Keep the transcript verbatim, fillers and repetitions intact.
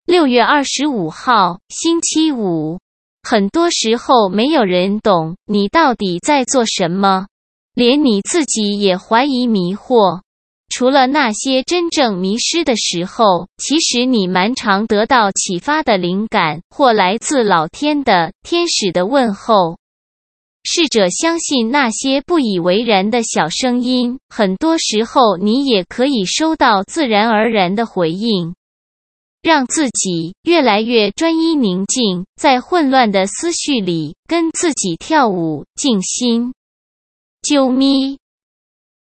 六月二十五号，星期五。很多时候没有人懂你到底在做什么，连你自己也怀疑迷惑。除了那些真正迷失的时候，其实你蛮常得到启发的灵感，或来自老天的、天使的问候。试着相信那些不以为然的小声音，很多时候你也可以收到自然而然的回应。让自己越来越专一宁静，在混乱的思绪里跟自己跳舞静心。啾咪。